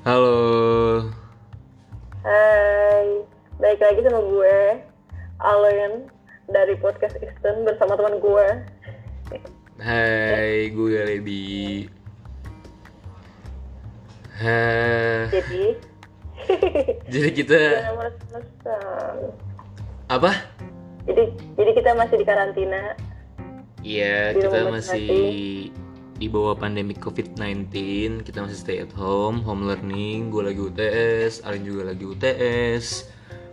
Halo. Hai, balik lagi sama gue, Alen, dari podcast Eastern bersama teman gue. Hai, gue Lebi. Jadi, Jadi kita jangan males-malesan. apa? Jadi kita masih di karantina. Iya, Di kita rumah masih di bawah pandemi COVID-19. Kita masih stay at home learning. Gue lagi UTS, Alin juga lagi UTS.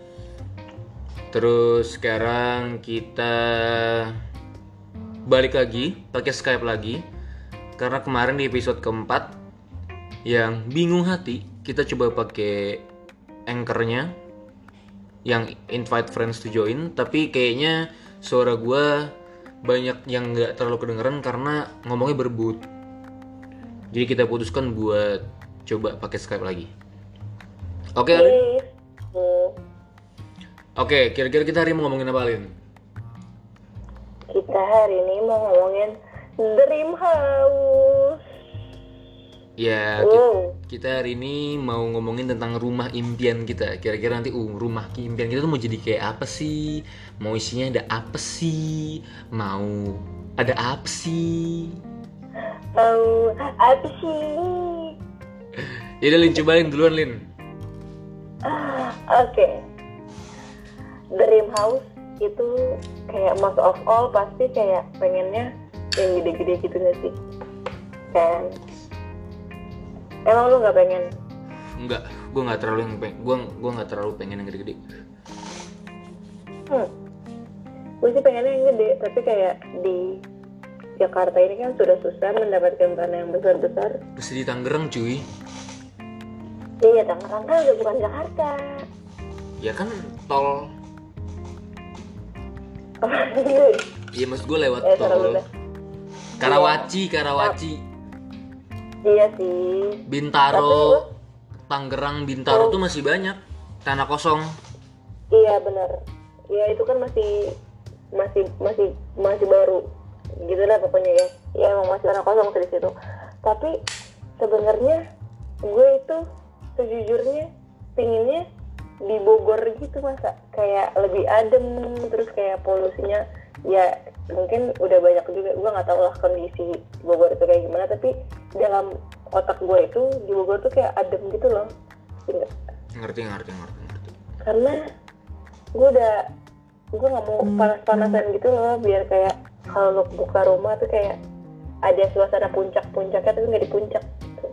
Terus sekarang kita balik lagi pakai Skype lagi. Karena kemarin di episode keempat yang bingung hati, kita coba pakai Anchor-nya yang invite friends to join, tapi kayaknya suara gue banyak yang nggak terlalu kedengeran karena ngomongnya berebut. Jadi kita putuskan buat coba pakai Skype lagi. Oke, Alin? Oke, kira-kira kita hari mau ngomongin apa, Alin? Kita hari ini mau ngomongin Dream House. Ya, Wow. kita hari ini mau ngomongin tentang rumah impian kita. Kira-kira nanti rumah impian kita tuh mau jadi kayak apa sih? Mau isinya ada apa sih? Mau ada apa sih? Oh, apa sih? Yaudah, Lin, coba Lin duluan, Lin. Oke. Dream House itu kayak most of all pasti kayak pengennya yang gede-gede gitu gak sih? Kan? Emang lu nggak pengen? Enggak, gue nggak terlalu yang gue nggak terlalu pengen yang gede-gede. Gue sih pengennya yang gede, tapi kayak di Jakarta ini kan sudah susah mendapatkan tanah yang besar-besar. Terus di Tangerang, cuy. Iya, Tangerang kan udah bukan Jakarta. Ya kan tol. Iya, maksud gue lewat tol. Karawaci. Iya sih. Bintaro, Tangerang, Bintaro tuh masih banyak tanah kosong. Iya benar. Ya itu kan masih baru. Gitu lah pokoknya ya. Ya emang masih tanah kosong di situ. Tapi sebenarnya gue itu sejujurnya pinginnya di Bogor gitu, masa kayak lebih adem, terus kayak polusinya ya mungkin udah banyak juga, gue nggak tahu lah kondisi Bogor itu kayak gimana, tapi dalam otak gue itu di Bogor tuh kayak adem gitu loh. Ngerti. Karena gue nggak mau panas-panasan gitu loh, biar kayak kalau lo buka rumah tuh kayak ada suasana puncak-puncaknya tapi nggak di puncak gitu.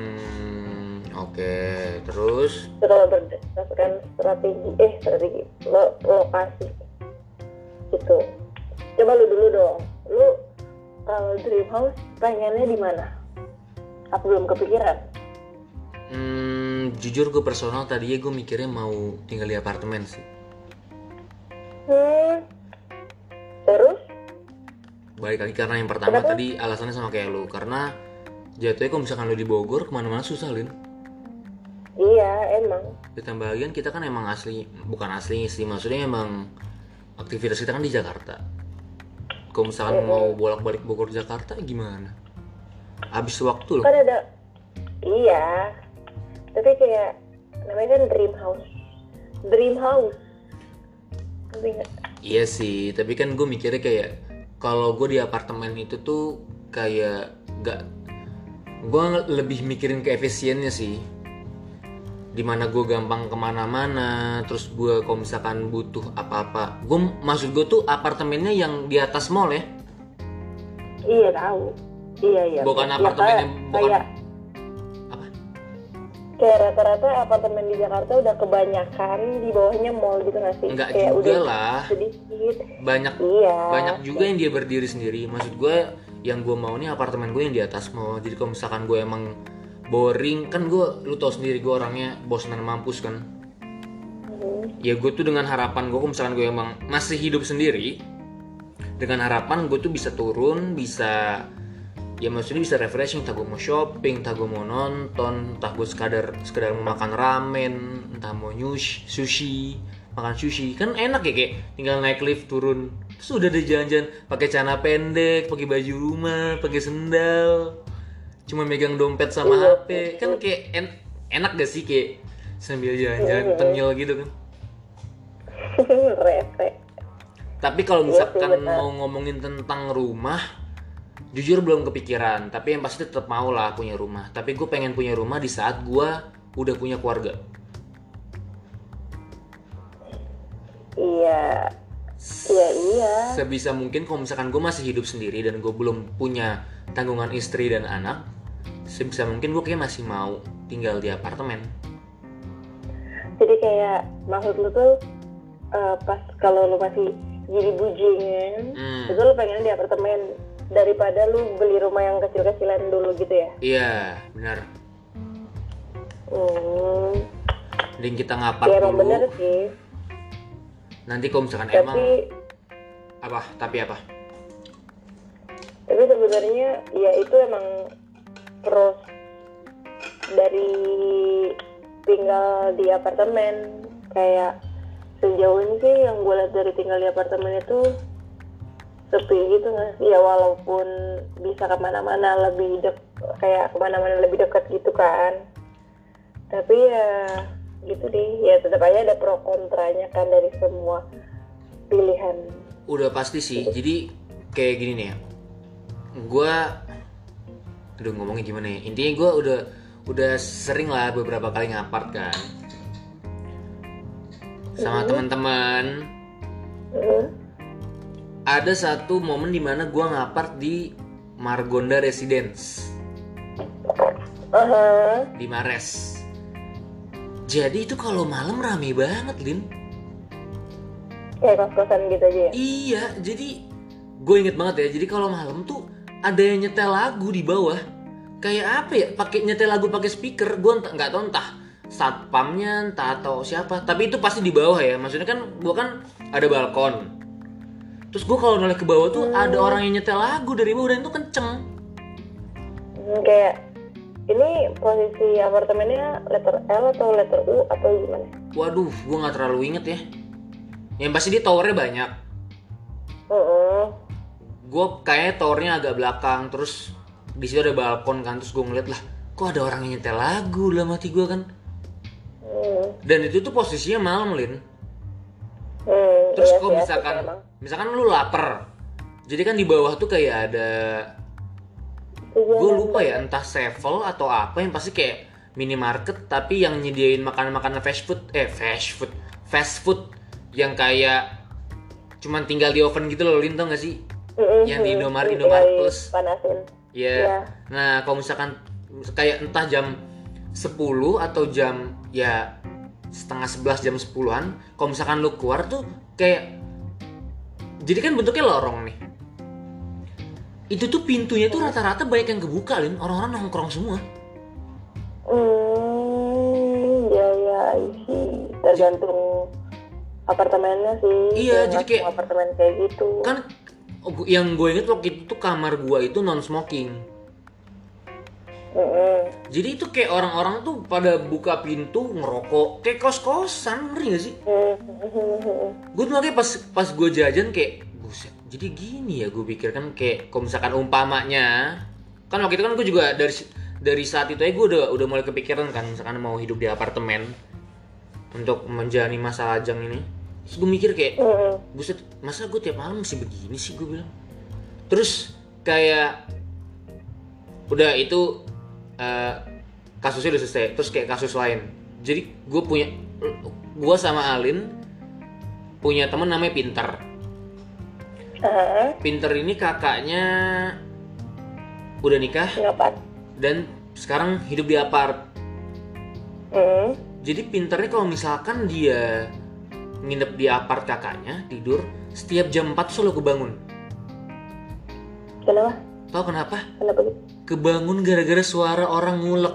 Oke, terus Kalau berdasarkan strategi lokasi gitu. Coba lu dulu dong, lu kalau dream house pengennya di mana? Apa belum kepikiran? jujur gue personal tadinya gue mikirnya mau tinggal di apartemen sih. Terus? Balik lagi karena yang pertama Kenapa? tadi alasannya sama kayak lu, karena jatuhnya kalau misalkan lu di Bogor kemana-mana susah, Lin. Iya emang. Ditambah lagi kan kita kan emang bukan asli sih, maksudnya emang aktivitas kita kan di Jakarta. Kalau misalkan mau bolak-balik Bogor Jakarta gimana? Habis waktu loh. Kan ada, iya. Tapi kayak namanya kan dream house. Ngerti nggak? Iya sih, tapi kan gue mikirnya kayak kalau gue di apartemen itu tuh kayak gue lebih mikirin ke efisiennya sih. Dimana gue gampang kemana-mana, terus gue kalau misalkan butuh apa-apa, maksud gue tuh apartemennya yang di atas mall ya. Iya tahu. Iya. Bukan Ya, apartemen yang bukan kayak apa? kayak rata-rata apartemen di Jakarta udah kebanyakan di bawahnya mall gitu nggak sih? Enggak Kayak juga udah lah. sedikit. Banyak Iya. juga yang dia berdiri sendiri. Maksud gue yang gue mau nih apartemen gue yang di atas mall. Jadi kalau misalkan gue emang boring, kan lu tau sendiri gue orangnya bosanan mampus kan. Ya gue tuh dengan harapan gue kalau misalkan gue emang masih hidup sendiri, dengan harapan gue tuh bisa turun, bisa ya maksudnya bisa refreshing, entah gue mau shopping, entah gue mau nonton, entah gue sekedar mau makan ramen, entah mau sushi, makan sushi. Kan enak ya, kayak tinggal naik lift turun, terus udah ada jalan-jalan pakai celana pendek, pakai baju rumah, pakai sendal, cuma megang dompet sama HP. Kan kayak enak gak sih kayak sambil jalan-jalan tengil gitu kan. Rese. Tapi kalau Iya sih, misalkan benar. mau ngomongin tentang rumah, jujur belum kepikiran. Tapi yang pasti tetap mau lah punya rumah. Tapi gue pengen punya rumah di saat gue udah punya keluarga. Iya. Iya. Sebisa mungkin kalau misalkan gue masih hidup sendiri dan gue belum punya tanggungan istri dan anak, sebisa mungkin gue kayak masih mau tinggal di apartemen. Jadi kayak maksud lu tuh pas kalau lu masih jadi bujingan, itu lu pengen di apartemen daripada lu beli rumah yang kecil-kecilan dulu gitu ya? Iya, benar. Mending kita ngapart Ya emang dulu. bener sih. Nanti kalau misalkan Tapi emang apa? tapi sebenarnya ya itu emang pros dari tinggal di apartemen. Kayak sejauh ini sih yang gue lihat dari tinggal di apartemen itu sepi gitu nggak sih? Ya walaupun bisa kemana-mana kayak kemana-mana lebih dekat gitu kan, tapi ya gitu deh, ya tetap aja ada pro kontranya kan dari semua pilihan. Udah pasti sih. Jadi kayak gini nih ya. Aduh ngomongnya gimana ya? Intinya gue udah sering lah beberapa kali ngapart kan sama teman-teman. Ada satu momen dimana gue ngapart di Margonda Residence di Mares. Jadi itu kalau malam rame banget, Lin. Kayak kos-kosan gitu aja ya? Iya, jadi gue inget banget ya. Jadi kalau malam tuh ada yang nyetel lagu di bawah. Kayak apa ya? Pakai nyetel lagu pakai speaker. Gue nggak tahu entah satpamnya entah atau siapa. Tapi itu pasti di bawah ya. Maksudnya kan gue kan ada balkon. Terus gue kalau noleh ke bawah tuh ada orang yang nyetel lagu dari bawah dan itu kenceng. Kayak ini posisi apartemennya letter L atau letter U atau gimana? Waduh, gue nggak terlalu inget ya. Yang pasti dia towernya banyak. Gue kayaknya towernya agak belakang. Terus di situ ada balkon kan. Terus gue ngeliat lah, kok ada orang yang nyetel lagu dalam hati gue kan. Dan itu tuh posisinya malam, Lin. Terus Iya kok sih, misalkan lu lapar. Jadi kan di bawah tuh kayak ada, gue lupa ya, entah Sevel atau apa, yang pasti kayak minimarket tapi yang nyediain makanan-makanan fast food yang kayak cuman tinggal di oven gitu loh, Lin, tau gak sih? Yang di Indomaret Plus. Panasin. Yeah. Nah, kalau misalkan kayak entah jam 10 atau jam ya setengah 11, jam 10-an, kalau misalkan lu keluar tuh kayak, jadi kan bentuknya lorong nih. Itu tuh pintunya tuh rata-rata banyak yang kebuka, Lin. Orang-orang nongkrong semua. Ya isi tergantung apartemennya sih. Iya, jadi kayak apartemen kayak gitu. Kan yang gue inget waktu itu tuh kamar gue itu non smoking. Jadi itu kayak orang-orang tuh pada buka pintu ngerokok kayak kos-kosan, ngerti gak sih? Gue tuh makanya pas gue jajan kayak buset. Jadi gini ya gue pikir kan, kayak kalau misalkan umpamanya kan waktu itu kan gue juga dari saat itu aja gue udah mulai kepikiran kan, misalkan mau hidup di apartemen untuk menjalani masa lajang ini. Terus gue mikir kayak buset, masa gue tiap malam masih begini sih, gue bilang. Terus kayak udah itu kasusnya udah selesai. Terus kayak kasus lain. Jadi gue sama Alin punya teman namanya Pinter. Pinter ini kakaknya udah nikah. Ngapain? Dan sekarang hidup di apart. Jadi Pinternya kalau misalkan dia nginep di apart kakaknya, tidur, setiap jam 4 selalu kebangun. Kenapa? Tahu kenapa? Kenapa gitu? Kebangun gara-gara suara orang ngulek.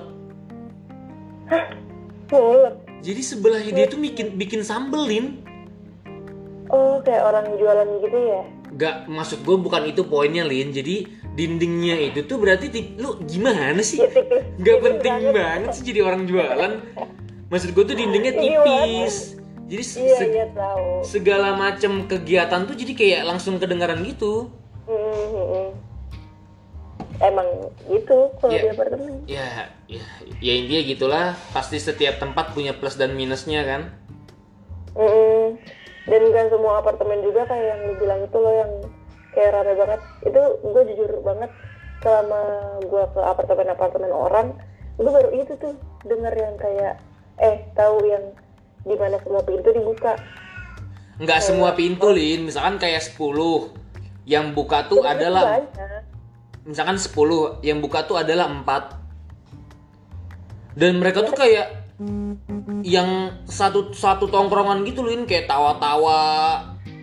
Ngulek? Jadi sebelahnya dia tuh bikin sambelin. Oh, kayak orang jualan gitu ya? Gak, maksud gue bukan itu poinnya, Lin. Jadi dindingnya itu tuh berarti lu gimana sih? Gak penting banget sih jadi orang jualan. Maksud gue tuh dindingnya tipis. Jadi iya, tahu. Segala macam kegiatan tuh jadi kayak langsung kedengaran gitu. emang gitu kalau Ya. di apartemen. Ya intinya gitulah. Pasti setiap tempat punya plus dan minusnya kan. Mm-mm. Dan gak semua apartemen juga kayak yang lu bilang itu loh, yang kayak rame banget. Itu gue jujur banget, selama gue ke apartemen orang, gue baru itu tuh denger yang kayak tahu yang dimana semua pintu dibuka. Nggak semua pintu, Lin. Misalkan kayak 10 yang buka tuh Sebenarnya adalah banyak. misalkan 10 yang buka tuh adalah 4. Dan mereka tuh kayak yang satu tongkrongan gitu, Lin, kayak tawa-tawa.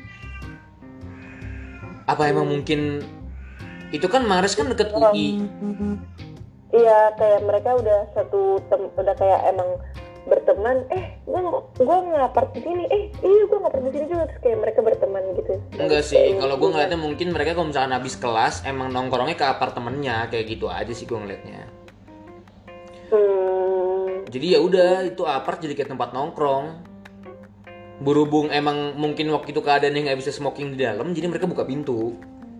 Apa emang mungkin itu kan Mares kan deket UI. Iya, kayak mereka udah udah kayak emang berteman. Gue ngapart di sini. Iya, gue ngapart di sini juga. Terus kayak mereka berteman gitu. Enggak sih, kalau gue ngeliatnya mungkin mereka kalau misalkan habis kelas emang nongkrongnya ke apartemennya, kayak gitu aja sih gue ngeliatnya. Jadi ya udah, itu apart jadi kayak tempat nongkrong. Berhubung emang mungkin waktu itu keadaannya nggak bisa smoking di dalam, jadi mereka buka pintu.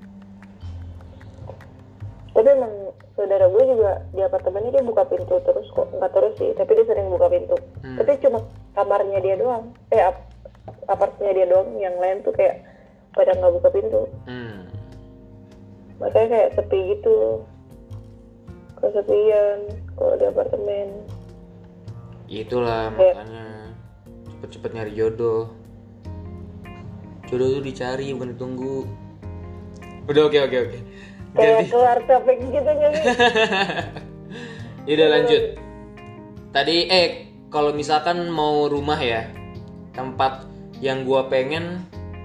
Tapi emang saudara gue juga di apartemennya dia buka pintu terus kok. Nggak terus sih, tapi dia sering buka pintu. Tapi cuma kamarnya dia doang. Apartnya dia doang, yang lain tuh kayak pada nggak buka pintu. Makanya kayak sepi gitu, kesepian kalau di apartemen. Itulah makanya cepet-cepet nyari jodoh. Jodoh tuh dicari bukan ditunggu. Udah oke. Kayak keluar topik gitu nggak sih? Udah lanjut. Tadi kalau misalkan mau rumah ya, tempat yang gua pengen,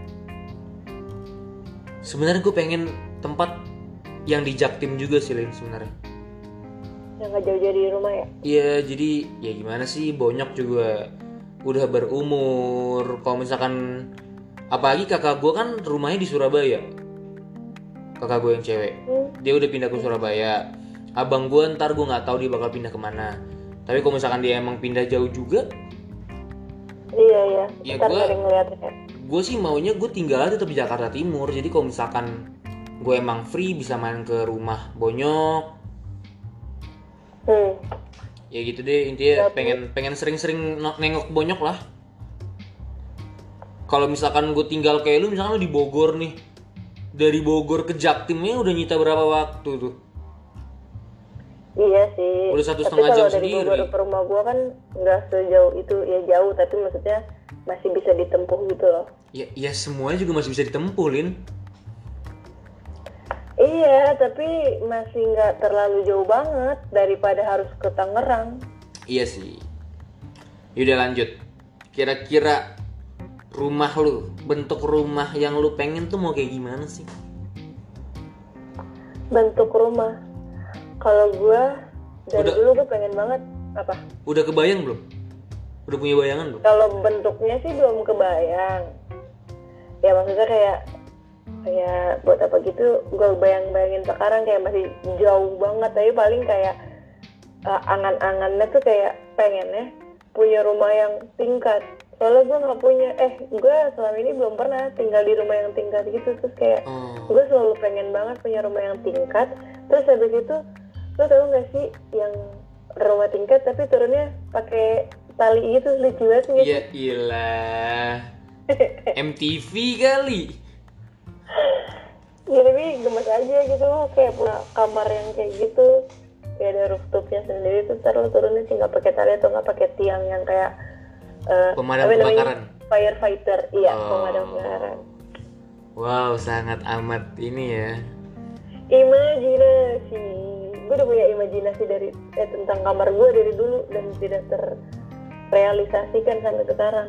sebenarnya gue pengen tempat yang di Jaktim juga sih, Lin, sebenarnya. Yang nggak jauh-jauh dari rumah ya? Iya, jadi ya gimana sih, Bonyok juga udah berumur. Kalau misalkan apalagi kakak gue kan rumahnya di Surabaya. Kakak gue yang cewek, dia udah pindah ke Surabaya. Abang gue ntar gue nggak tahu dia bakal pindah kemana. Tapi kalau misalkan dia emang pindah jauh juga, Iya. ya Ntar sering ngeliatnya. gue sih maunya gue tinggal tetap di Jakarta Timur. Jadi kalau misalkan gue emang free bisa main ke rumah Bonyok. Ya gitu deh, intinya pengen sering-sering nengok Bonyok lah. Kalau misalkan gue tinggal kayak lu, misalkan lu di Bogor nih, dari Bogor ke Jaktimnya udah nyita berapa waktu tuh? Iya sih. Udah 1,5 jam Tapi kalau dari sendiri. Bogor ke rumah gua kan nggak sejauh itu, ya jauh, tapi maksudnya masih bisa ditempuh gitu loh. Ya semuanya juga masih bisa ditempuh, Lin. Iya, tapi masih nggak terlalu jauh banget daripada harus ke Tangerang. Iya sih. Yaudah lanjut. Kira-kira rumah lu, bentuk rumah yang lu pengen tuh mau kayak gimana sih? Bentuk rumah. Kalau gua dari dulu gue pengen banget apa? Udah kebayang belum? Udah punya bayangan belum? Kalau bentuknya sih belum kebayang. Ya maksudnya kayak buat apa gitu, gue bayangin sekarang kayak masih jauh banget. Tapi paling kayak angan-angannya tuh kayak pengennya punya rumah yang tingkat. Soalnya gue nggak punya, gue selama ini belum pernah tinggal di rumah yang tingkat gitu. Terus kayak gue selalu pengen banget punya rumah yang tingkat. Terus habis itu, lo tau nggak sih yang rumah tingkat tapi turunnya pakai tali gitu, lucu banget gitu. Iya iyalah. MTV kali. Ya tapi gemes aja gitu, kayak punya kamar yang kayak gitu, kayak ada rooftopnya sendiri. Terus lo turunnya sih nggak pakai tali atau nggak pakai tiang yang kayak pemadam kebakaran. Firefighter, iya. Pemadam kebakaran. Wow, sangat amat ini ya. Imajinasi. Gue udah punya imajinasi dari tentang kamar gue dari dulu dan tidak terrealisasikan sampai sekarang.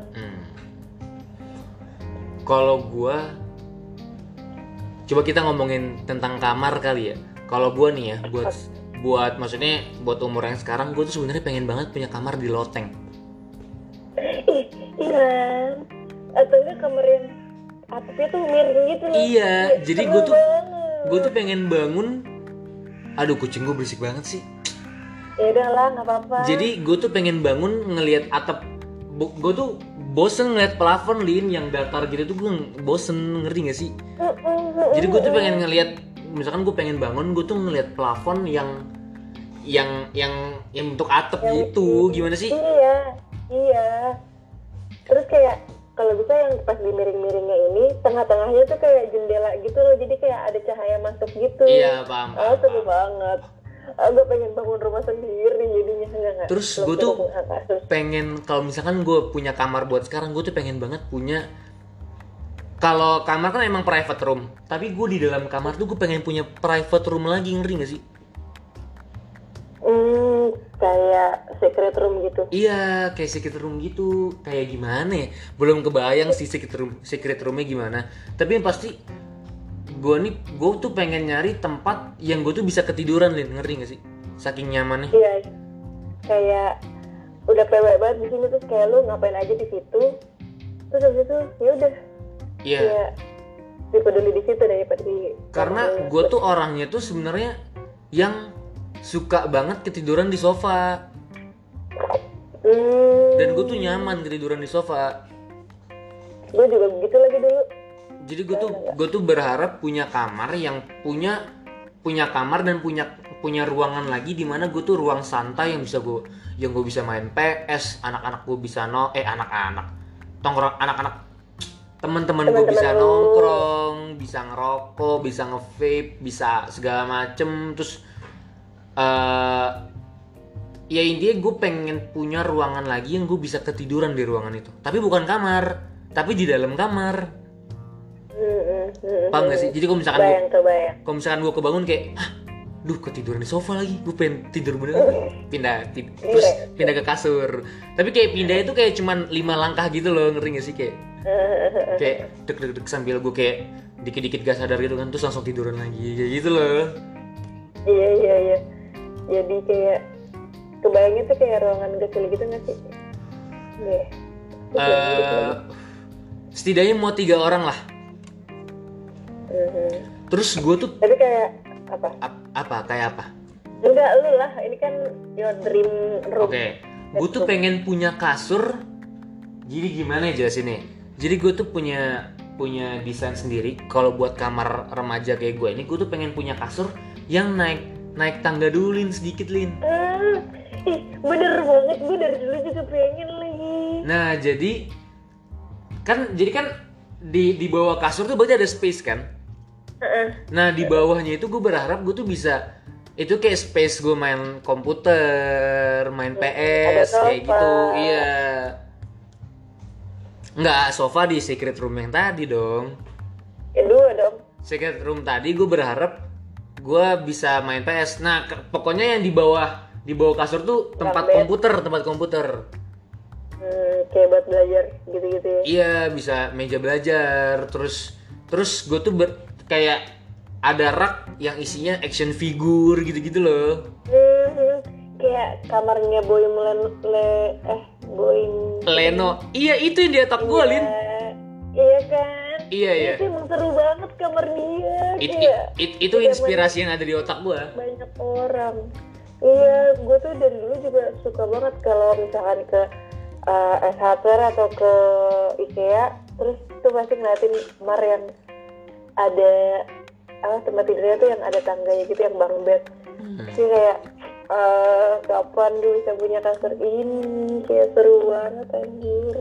Kalau gue, coba kita ngomongin tentang kamar kali ya. Kalau gue nih ya, buat maksudnya buat umur yang sekarang, gue tuh sebenarnya pengen banget punya kamar di loteng. Iya. Atau enggak kamar yang atapnya tuh miring gitu loh. Iya, jadi gue tuh pengen bangun. Aduh, kucing gue berisik banget sih. Ya udahlah, nggak apa-apa. Jadi gue tuh pengen bangun ngelihat atap. Gue tuh bosen ngeliat plafon, Lin, yang datar gitu tuh gue bosen, ngerti gak sih? Jadi gue tuh pengen ngeliat misalkan gue pengen bangun, gue tuh ngeliat plafon yang bentuk atap gitu, gimana sih? Iya. Terus kayak kalau bisa yang pas di miring-miringnya ini tengah-tengahnya tuh kayak jendela gitu loh, jadi kayak ada cahaya masuk gitu. Iya, paham. Seru banget. Gue pengen bangun rumah sendiri jadinya. Enggak. Terus gue tuh pengen, kalau misalkan gue punya kamar buat sekarang, gue tuh pengen banget punya, kalau kamar kan emang private room, tapi gue di dalam kamar tuh gue pengen punya private room lagi, ngeri gak sih? Kayak secret room gitu. Iya, kayak secret room gitu. Kayak gimana ya? Belum kebayang sih secret roomnya gimana. Tapi yang pasti gue tuh pengen nyari tempat yang gue tuh bisa ketiduran, Lin, ngerti gak sih? Saking nyamannya. Iya. Kayak udah pewek banget di sini, terus kayak lu ngapain aja di situ. Terus habis itu ya udah. Iya. Kayak dipeduli di situ daripada di. Karena gue tuh orangnya tuh sebenarnya yang suka banget ketiduran di sofa. Dan gue tuh nyaman ketiduran di sofa. Gue juga begitu lagi dulu. Jadi gue tuh berharap punya kamar yang punya kamar dan punya ruangan lagi, di mana gue tuh ruang santai yang gue bisa main PS, anak-anak gue bisa teman-teman gue bisa nongkrong, bisa ngerokok, bisa nge-vape, bisa segala macem. Terus ya intinya gue pengen punya ruangan lagi yang gue bisa ketiduran di ruangan itu, tapi bukan kamar, tapi di dalam kamar. Paham gak sih? Jadi kalau misalkan gue kebangun kayak ketiduran di sofa lagi, gue pengen tidur bener, terus pindah ke kasur. Tapi kayak pindah itu kayak cuman 5 langkah gitu loh, ngerti gak sih? Kayak deg sambil gue kayak dikit-dikit gak sadar gitu kan, terus langsung tiduran lagi kayak gitu loh. Iya. Jadi kayak kebayangnya tuh kayak ruangan kecil gitu gak sih? Setidaknya mau 3 orang lah. Terus gue tuh. Tapi kayak apa? Kayak apa? Enggak, lu lah. Ini kan your dream room. Oke. Gue tuh pengen punya kasur. Jadi gimana ya jelasinnya? Jadi gue tuh punya desain sendiri. Kalau buat kamar remaja kayak gue ini, gue tuh pengen punya kasur yang naik tangga dulu, Lin, sedikit, Lin. Bener banget, gue dari dulu juga pengen lagi. Nah, jadi kan di bawah kasur tuh berarti ada space kan? Nah, di bawahnya itu gue berharap gue tuh bisa, itu kayak space gue main komputer, main PS kayak gitu. Iya. Enggak, sofa di secret room yang tadi dong. Kedua dong. Secret room tadi gue berharap gue bisa main PS. Nah, pokoknya yang di bawah kasur tuh tempat komputer. Kayak buat belajar gitu-gitu ya. Iya, bisa meja belajar. Terus gue tuh kayak ada rak yang isinya action figure gitu-gitu loh. Kayak kamarnya Boim Leno. Iya, itu yang di otak gue, Lin. Iya kan? Iya. Itu emang seru banget kamar dia. Itu inspirasi yang ada di otak gue. Banyak orang. Iya, gue tuh dari dulu juga suka banget kalau misalkan ke SH atau ke IKEA, terus tuh pasti ngeliatin kamar yang ada tempat tidurnya tuh yang ada tangganya gitu, yang bunk bed. Jadi kayak kapan gue bisa punya kasur ini, kayak seru banget anjir.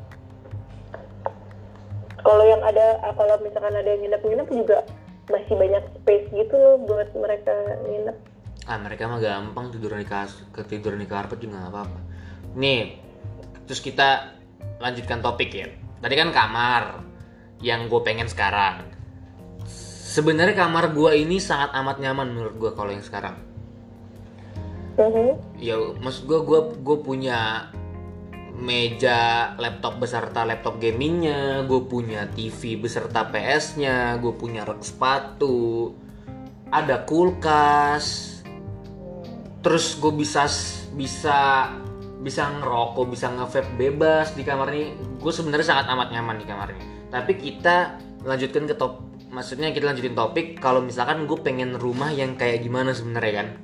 Kalau misalkan ada yang nginep juga masih banyak space gitu loh buat mereka nginep. Mereka mah gampang tiduran di karpet juga nggak apa-apa. Nih, terus kita lanjutkan topik ya. Tadi kan kamar yang gue pengen sekarang. Sebenarnya kamar gue ini sangat amat nyaman menurut gue kalau yang sekarang. Ya, maksud gue punya meja laptop beserta laptop gamingnya, gue punya TV beserta PS-nya, gue punya rak sepatu, ada kulkas, terus gue bisa ngerokok, bisa nge-vape bebas di kamar ini. Gue sebenarnya sangat amat nyaman di kamar ini. Tapi kita lanjutin kita lanjutin topik. Kalau misalkan gue pengen rumah yang kayak gimana sebenarnya kan?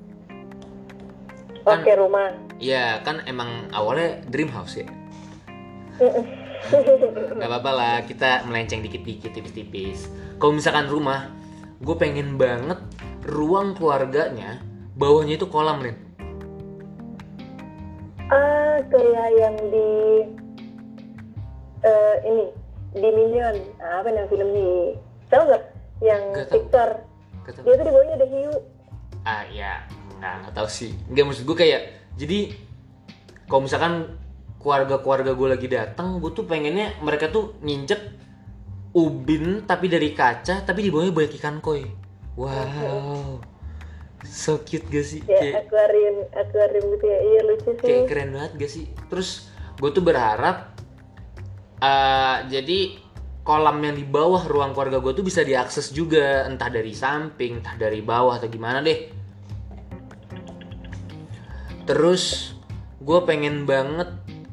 Oke, rumah. Iya, kan emang awalnya dream house ya. Gak apa-apa lah, kita melenceng dikit-dikit, tipis-tipis. Kalau misalkan rumah, gue pengen banget ruang keluarganya bawahnya itu kolam, Lin. Kayak yang di ini di Minion, apa namanya film di, tahu nggak? Yang Nggak tahu. Victor, Gak tau. dia tuh di bawahnya ada hiu. Ya nggak tahu sih. Nggak, maksud gue kayak, jadi kalau misalkan keluarga gue lagi datang, gue tuh pengennya mereka tuh nginjek ubin tapi dari kaca, tapi di bawahnya banyak ikan koi. Wow, so cute gak sih? Kayak akuarium gitu ya. Iya, lucu sih. Kayak keren banget gak sih? Terus gue tuh berharap jadi kolam yang di bawah ruang keluarga gue tuh bisa diakses juga, entah dari samping, entah dari bawah atau gimana deh. Terus gue pengen banget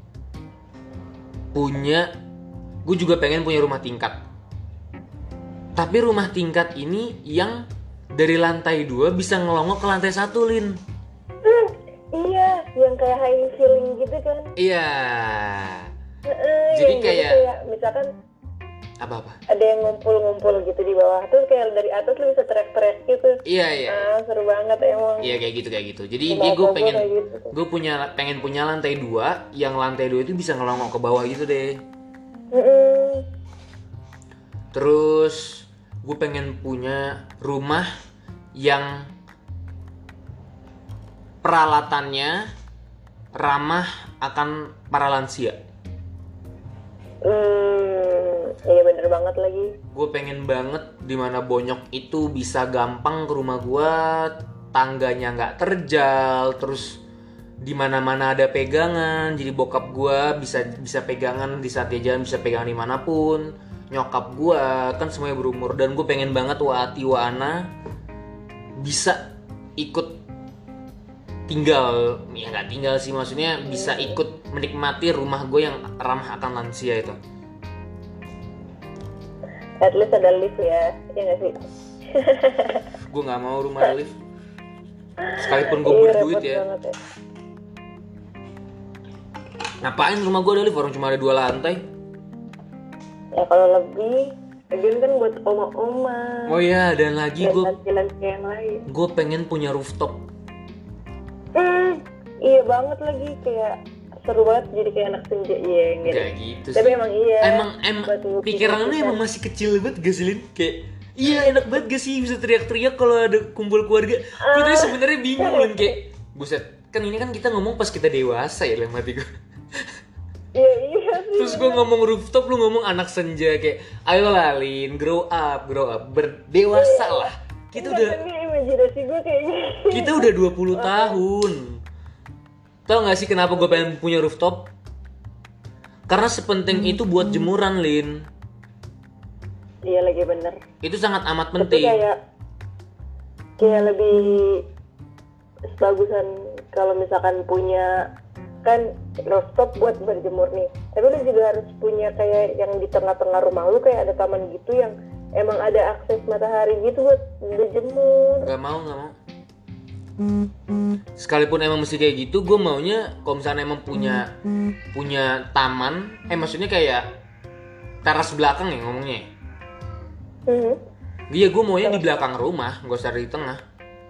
gue juga pengen punya rumah tingkat. Tapi rumah tingkat ini yang dari lantai 2 bisa ngelongok ke lantai 1, Lin. Iya, yang kayak high ceiling gitu kan. Iya. Jadi kayak misalkan apa-apa. ada yang ngumpul-ngumpul gitu di bawah, terus kayak dari atas lu bisa teriak-teriak gitu. Iya. Seru banget emang. Iya, kayak gitu. Jadi Rumah ini gue gua pengen kayak gitu. pengen punya lantai 2, yang lantai 2 itu bisa ngelongok ke bawah gitu deh. Terus gue pengen punya rumah yang peralatannya ramah akan para lansia. Iya bener banget lagi. Gue pengen banget dimana bonyok itu bisa gampang ke rumah gue, tangganya nggak terjal, terus di mana-mana ada pegangan, jadi bokap gue bisa pegangan di saat dia jalan, bisa pegangan dimanapun. Nyokap gue kan semuanya berumur, dan gue pengen banget Wati Wana bisa ikut tinggal, ya nggak tinggal sih, maksudnya bisa ikut menikmati rumah gue yang ramah akan lansia itu. At least ada lift ya, iya nggak sih? Gue nggak mau rumah lift, sekalipun gue Iya, berduit repot ya. banget ya. Ngapain rumah gue ada lift, orang cuma ada 2 lantai. Ya kalau lebih, lagian kan buat oma-oma. Oh iya, dan lagi dan lansia-lansia yang lain. gue pengen punya rooftop. Iya banget lagi, kayak seru banget jadi kayak anak senja. Iya gitu. Kayak gitu sih. Tapi emang iya. Emang buat nguping pikiran lu kita. emang masih kecil banget gak sih, Lin? Kayak iya enak banget gak sih bisa teriak-teriak kalau ada kumpul keluarga. Gue tadi sebenarnya bingung, Lin, kayak buset, kan ini kan kita ngomong pas kita dewasa ya, dalam hati gue. Iya sih. Terus gue ngomong rooftop, lu ngomong anak senja, kayak ayolah Lin, grow up, berdewasa lah. Kita udah Ini imajinasi gue kayak gitu. Kita udah 20 tahun. Tau gak sih kenapa gue pengen punya rooftop? Karena sepenting itu buat jemuran, Lin. Iya lagi bener. Itu sangat amat Tapi penting. kayak lebih bagusan kalau misalkan punya kan rooftop buat berjemur nih. Tapi lu juga harus punya kayak yang di tengah-tengah rumah lu kayak ada taman gitu yang emang ada akses matahari gitu buat berjemur. Gak mau. Sekalipun emang mesti kayak gitu, gue maunya kalau misalnya emang punya taman, maksudnya kayak teras belakang ya ngomongnya. Iya, gue maunya di belakang rumah, gak usah di tengah.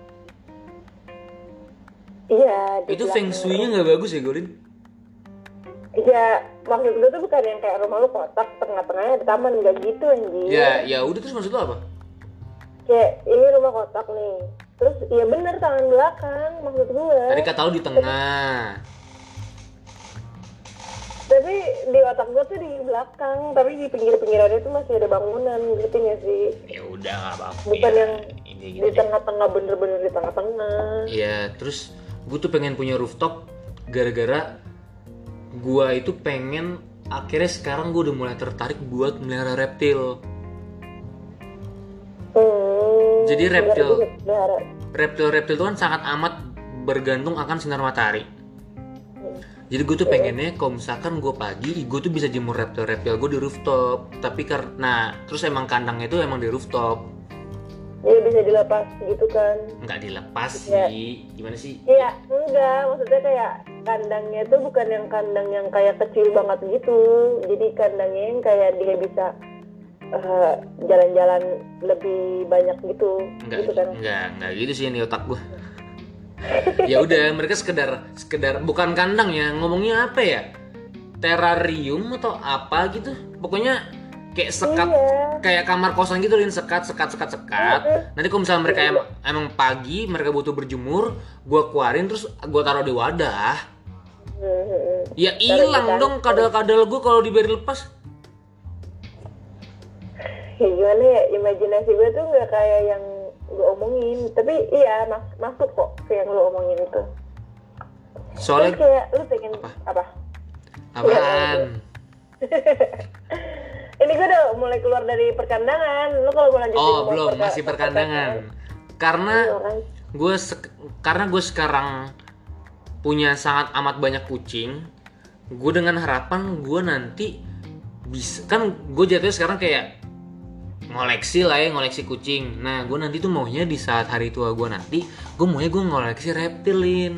Iya. Itu feng shui-nya nggak bagus ya, Golin? Iya, maksud gue tuh bukan yang kayak rumah lu kotak tengah-tengahnya ada taman, nggak gitu anjir. Ya udah, terus maksud lo apa? Kayak ini rumah kotak nih, terus ya bener tangan belakang maksud gue. Tadi kata lo di tengah. Tapi di otak gue tuh di belakang, tapi di pinggir-pinggirannya tuh masih ada bangunan, ngerti gak sih? Ya udah, nggak apa-apa. Bukan yang ini di tengah-tengah, bener-bener di tengah-tengah. Iya, terus gue tuh pengen punya rooftop gara-gara gue itu pengen, akhirnya sekarang gue udah mulai tertarik buat melihara reptil. Jadi reptil itu kan sangat amat bergantung akan sinar matahari. Jadi gue tuh pengennya kalau misalkan gue pagi, gue tuh bisa jemur reptil gue di rooftop. Tapi karena terus emang kandangnya itu emang di rooftop. Iya bisa dilepas gitu kan? Nggak dilepas ya. sih, gimana sih? Iya enggak, maksudnya kayak kandangnya tuh bukan yang kandang yang kayak kecil banget gitu. Jadi kandangnya yang kayak dia bisa jalan-jalan lebih banyak gitu. Gitu kan. Enggak gitu sih di otak gue. Ya udah, mereka sekedar bukan kandang ya, ngomongnya apa ya? Terrarium atau apa gitu. Pokoknya kayak sekat, kayak kamar kosan gitu, Lin, sekat. Nanti kalau misalnya mereka emang pagi mereka butuh berjemur, gue keluarin terus gue taruh di wadah. Ya hilang dong kadal-kadal gue kalau dibiarin lepas. Ya gimana ya, imajinasi gue tuh nggak kayak yang gue omongin, tapi iya masuk kok ke yang lo omongin itu. Soalnya terus kayak lu pengen apa? Apaan? Ini gue udah mulai keluar dari perkandangan. Lu kalau mau lanjutin belum, masih perkandangan. Karena gue sekarang punya sangat amat banyak kucing. Gue dengan harapan gue nanti bisa, kan gue jatuhnya sekarang kayak ngoleksi kucing. Nah, gue nanti tuh maunya di saat hari tua gue nanti, gue ngoleksi reptilin.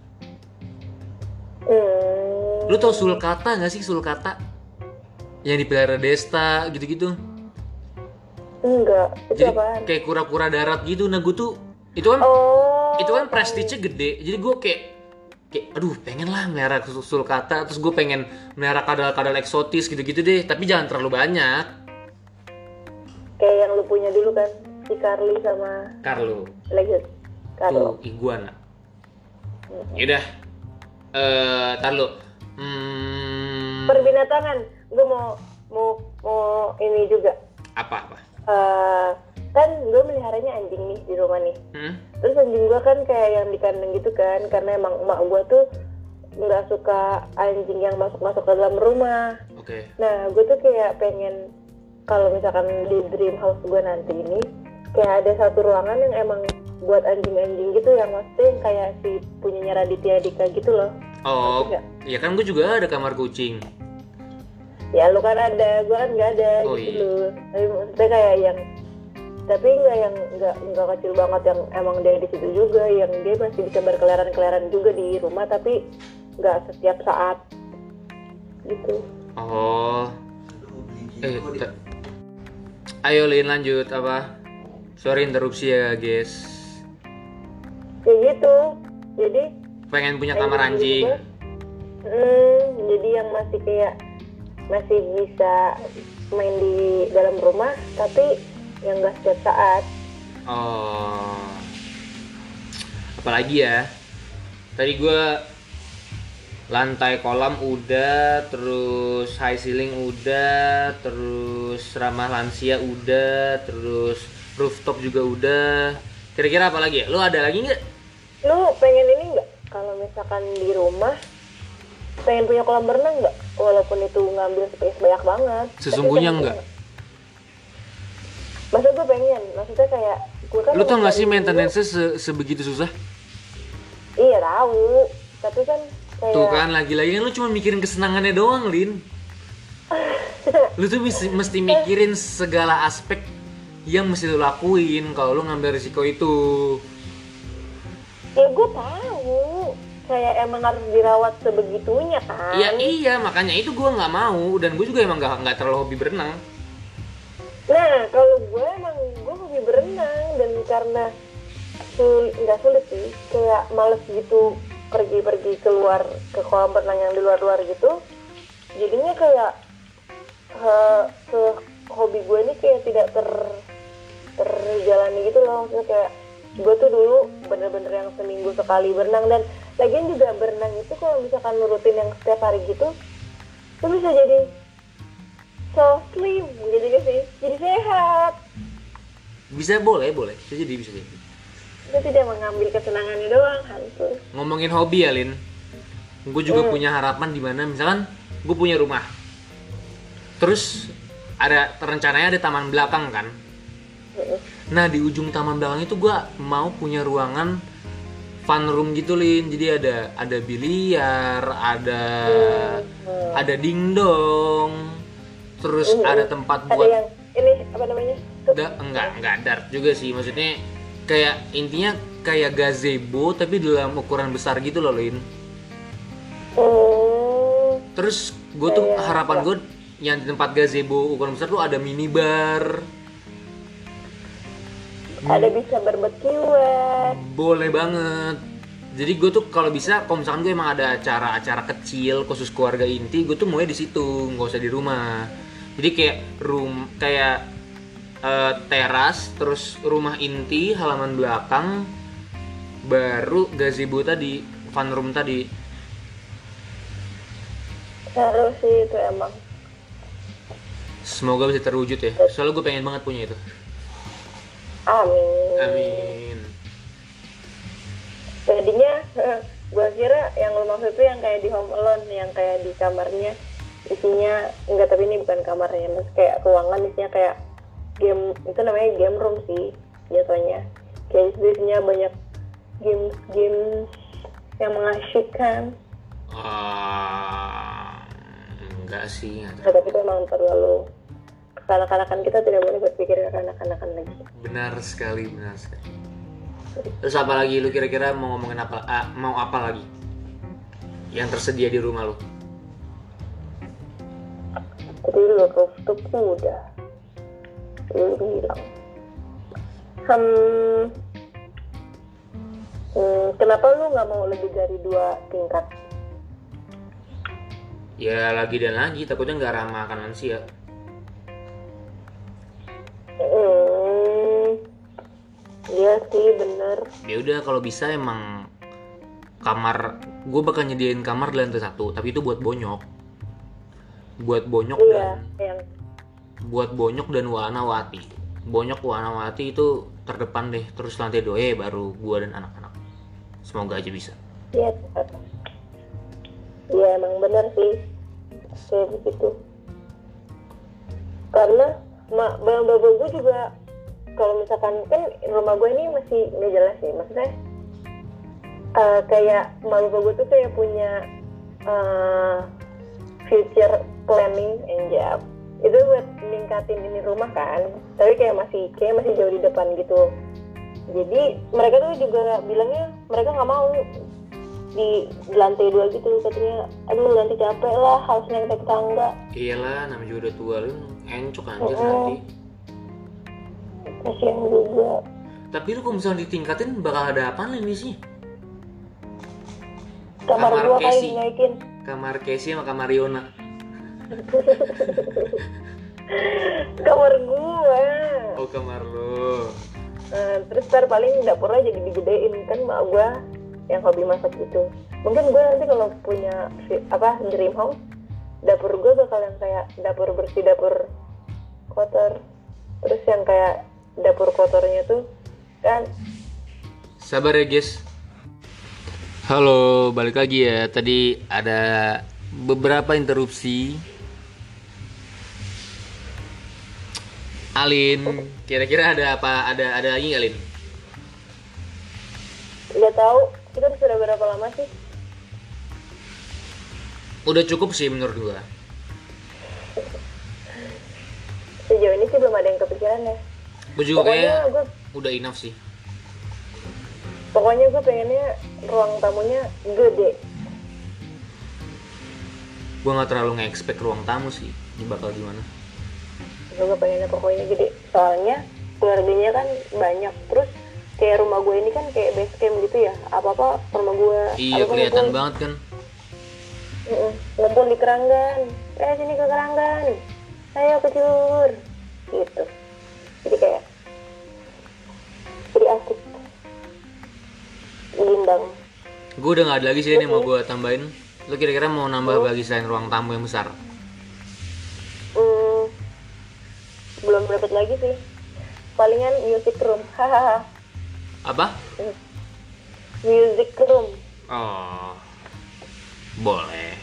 Lu tau sulcata gak sih, sulcata? Yang dipelihara Desta gitu-gitu. Enggak, itu jadi apaan? Kayak kura-kura darat gitu. Nah, gue tuh itu kan prestige-nya gede. Jadi gue kayak aduh, pengen lah melihara sulcata, terus gue pengen melihara kadal-kadal eksotis gitu-gitu deh, tapi jangan terlalu banyak. Kayak yang lu punya dulu kan, si Carly sama Carlo. Carlo. Tuh iguana. Yaudah, tar lu. Perbinatangan, gue mau ini juga. Apa? Kan gue meliharanya anjing nih di rumah nih. Terus anjing gue kan kayak yang di kandang gitu kan, karena emang emak gue tuh nggak suka anjing yang masuk ke dalam rumah. Oke. Nah, gue tuh kayak pengen kalau misalkan di dream house gue nanti ini kayak ada satu ruangan yang emang buat anjing-anjing gitu, yang maksudnya kayak si punyanya Raditya Dika gitu loh. Oh, ya kan gue juga ada kamar kucing. Ya lu kan ada, gue kan nggak ada gitu. Tapi maksudnya kayak yang, tapi nggak kecil banget yang emang dia di situ juga, yang dia masih bisa berkeliaran juga di rumah tapi nggak setiap saat gitu. Oh. Ayo Lin, lanjut apa? Sorry interupsi ya guys. Kayak gitu. Jadi pengen punya kamar anjing. Jadi yang masih bisa main di dalam rumah tapi yang nggak setiap saat. Oh. Apalagi ya? Tadi gue lantai kolam udah, terus high ceiling udah, terus ramah lansia udah, terus rooftop juga udah. Kira-kira apa lagi ya? Lu ada lagi nggak? Lu pengen ini nggak? Kalau misalkan di rumah pengen punya kolam berenang nggak? Walaupun itu ngambil space banyak banget. Sesungguhnya enggak. Masa gue pengen, maksudnya kayak gue kan. Lu tau nggak sih maintenance-nya sebegitu susah? Iya tahu, tapi kan kayak... Tuh kan, lagi-lagi kan lu cuma mikirin kesenangannya doang, Lin. Lu tuh mesti mikirin segala aspek yang mesti lu lakuin kalau lu ngambil risiko itu. Ya gue tahu, kayak emang harus dirawat sebegitunya kan. Iya, makanya itu gue nggak mau, dan gue juga emang nggak terlalu hobi berenang. Nah, kalau gue hobi berenang, dan karena nggak sulit sih, kayak males gitu pergi keluar ke kolam renang yang di luar gitu, jadinya kayak ke hobi gue ini kayak tidak terjalani gitu loh. Maksudnya kayak gue tuh dulu bener-bener yang seminggu sekali berenang, dan lagian juga berenang itu kalau misalkan nurutin yang setiap hari gitu, itu bisa jadi so slim, jadi sih, jadi sehat. Bisa boleh, bisa jadi. Gue tidak mengambil kesenangannya doang, hantu. Ngomongin hobi ya, Lin, gue juga punya harapan di mana misalkan gue punya rumah, terus rencananya ada taman belakang kan. Nah, di ujung taman belakang itu gue mau punya ruangan fun room gitu, Lin. Jadi ada biliar, ada dingdong, terus ada tempat buat. Ada yang ini apa namanya? Enggak dart juga sih, maksudnya kayak intinya kayak gazebo tapi dalam ukuran besar gitu loh, Lin. Terus gue tuh harapan gue yang di tempat gazebo ukuran besar tuh ada minibar. Ada bisa barbekyuan. Boleh banget. Jadi gue tuh kalau bisa, kalau misalkan gue emang ada acara-acara kecil khusus keluarga inti, gue tuh maunya di situ, nggak usah di rumah. Jadi kayak teras, terus rumah inti, halaman belakang, baru gazebo tadi, fun room tadi. Seru sih itu emang. Semoga bisa terwujud ya. Soalnya gue pengen banget punya itu. Amin. Amin. Jadinya gue kira yang lu maksud itu yang kayak di Home Alone, yang kayak di kamarnya isinya, enggak, tapi ini bukan kamarnya, mas, kayak ruangan isinya kayak game, itu namanya game room sih jatuhnya. Kayak isinya banyak game yang mengasyikkan. Enggak sih. Nah, tapi itu emang terlalu kekanak-kanakan, kita tidak boleh berpikir kekanak-kanakan lagi. Benar sekali. Terus apa lagi lu kira-kira mau ngomongin apa? Mau apa lagi yang tersedia di rumah lu? Jadi lu rooftop udah lu bilang kenapa lu nggak mau lebih dari 2 tingkat? Ya lagi dan lagi, takutnya nggak ramah akan lansia. Iya sih bener. Ya udah, kalau bisa emang kamar gue bakal nyediain kamar di lantai 1, tapi itu buat bonyok Iya, dan buat bonyok dan Wanawati. Bonyok Wanawati itu terdepan deh, terus lantai 2 baru gue dan anak-anak. Semoga aja bisa. Iya, iya emang bener sih kayak begitu. Karena bapak gue juga, kalau misalkan kan rumah gue ini masih nggak jelas sih, maksudnya kayak bapak gue tuh kayak punya future planning and job itu buat meningkatin ini rumah kan, tapi kayak masih jauh di depan gitu. Jadi mereka tuh juga bilangnya mereka nggak mau di lantai 2 gitu, katanya aduh nanti capek lah harus naik tangga. Iyalah, namanya juga udah tua, lu encok anjir nanti. Kasian juga. Tapi lu kalau misalnya ditingkatin bakal ada apaan ini sih? Kamar gua kali Casey. dinaikin. Kamar Casey sama kamar Yona. Kamar gua. Oh, kamar lu. Terus ntar paling dapurnya jadi digedein kan, mak gua yang hobi masak gitu. Mungkin gua nanti kalau punya dream house, dapur gua bakal yang kayak dapur bersih, dapur kotor. Terus yang kayak dapur kotornya tuh kan. Sabar ya guys. Halo, balik lagi ya. Tadi ada beberapa interupsi. Alin, kira-kira ada apa? Ada lagi nggak, Alin? Nggak tahu, kita sudah berapa lama sih? Udah cukup sih menurut gua. Sejauh ini sih belum ada yang kepikiran ya. Gua juga kayak udah enough sih. Pokoknya gue pengennya ruang tamunya gede. Gue nggak terlalu nge-expect ruang tamu sih, ini bakal gimana. Gue pengennya pokoknya gede. Soalnya keluarganya kan banyak. Terus kayak rumah gue ini kan kayak base camp gitu ya. Apa-apa rumah gue. Iya, kelihatan banget kan. Ngumpul di Keranggan. Sini ke Keranggan. Ayo ke Cilur. Gitu. Jadi kayak jadi asik. Gimbang. Gue udah nggak ada lagi sih ini mau gue tambahin. Lo kira-kira mau nambah lagi selain ruang tamu yang besar? Belum dapat lagi sih. Palingan music room. Hahaha. Apa? Music room. Oh, boleh.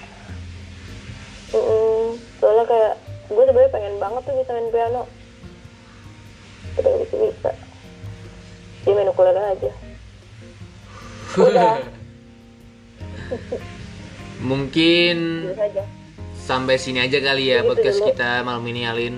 Soalnya kayak gue sebenarnya pengen banget tuh bisa main piano. Tapi nggak bisa. Dia main ukulele aja. Udah. Mungkin Bisa aja. sampai sini aja kali ya Begitu podcast dulu. kita malam ini, Alin.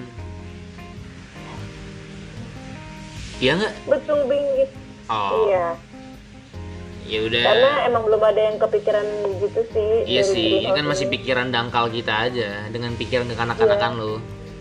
Iya nggak? Betul bingit. Oh, Iya. Ya udah. Karena emang belum ada yang kepikiran gitu sih. Iya dari sih, ini Dream kan House masih ini. pikiran dangkal kita aja dengan pikiran kekanak-kanakan lo.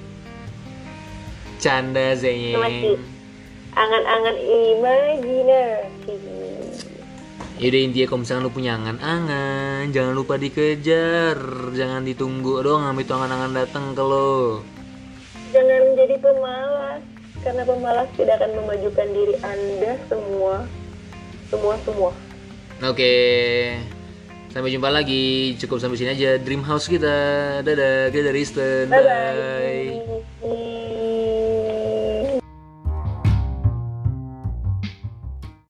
Canda Itu masih sayang. angan-angan imajinasi. Yaudah intinya kalau misalkan lu punya angan-angan, jangan lupa dikejar, jangan ditunggu doang sampai itu angan-angan datang ke lo. Jangan menjadi pemalas, karena pemalas tidak akan memajukan diri Anda semua. Oke, sampai jumpa lagi. Cukup sampai sini aja Dream House kita. Dadah, kita dari Eastern. Bye Bye. bye.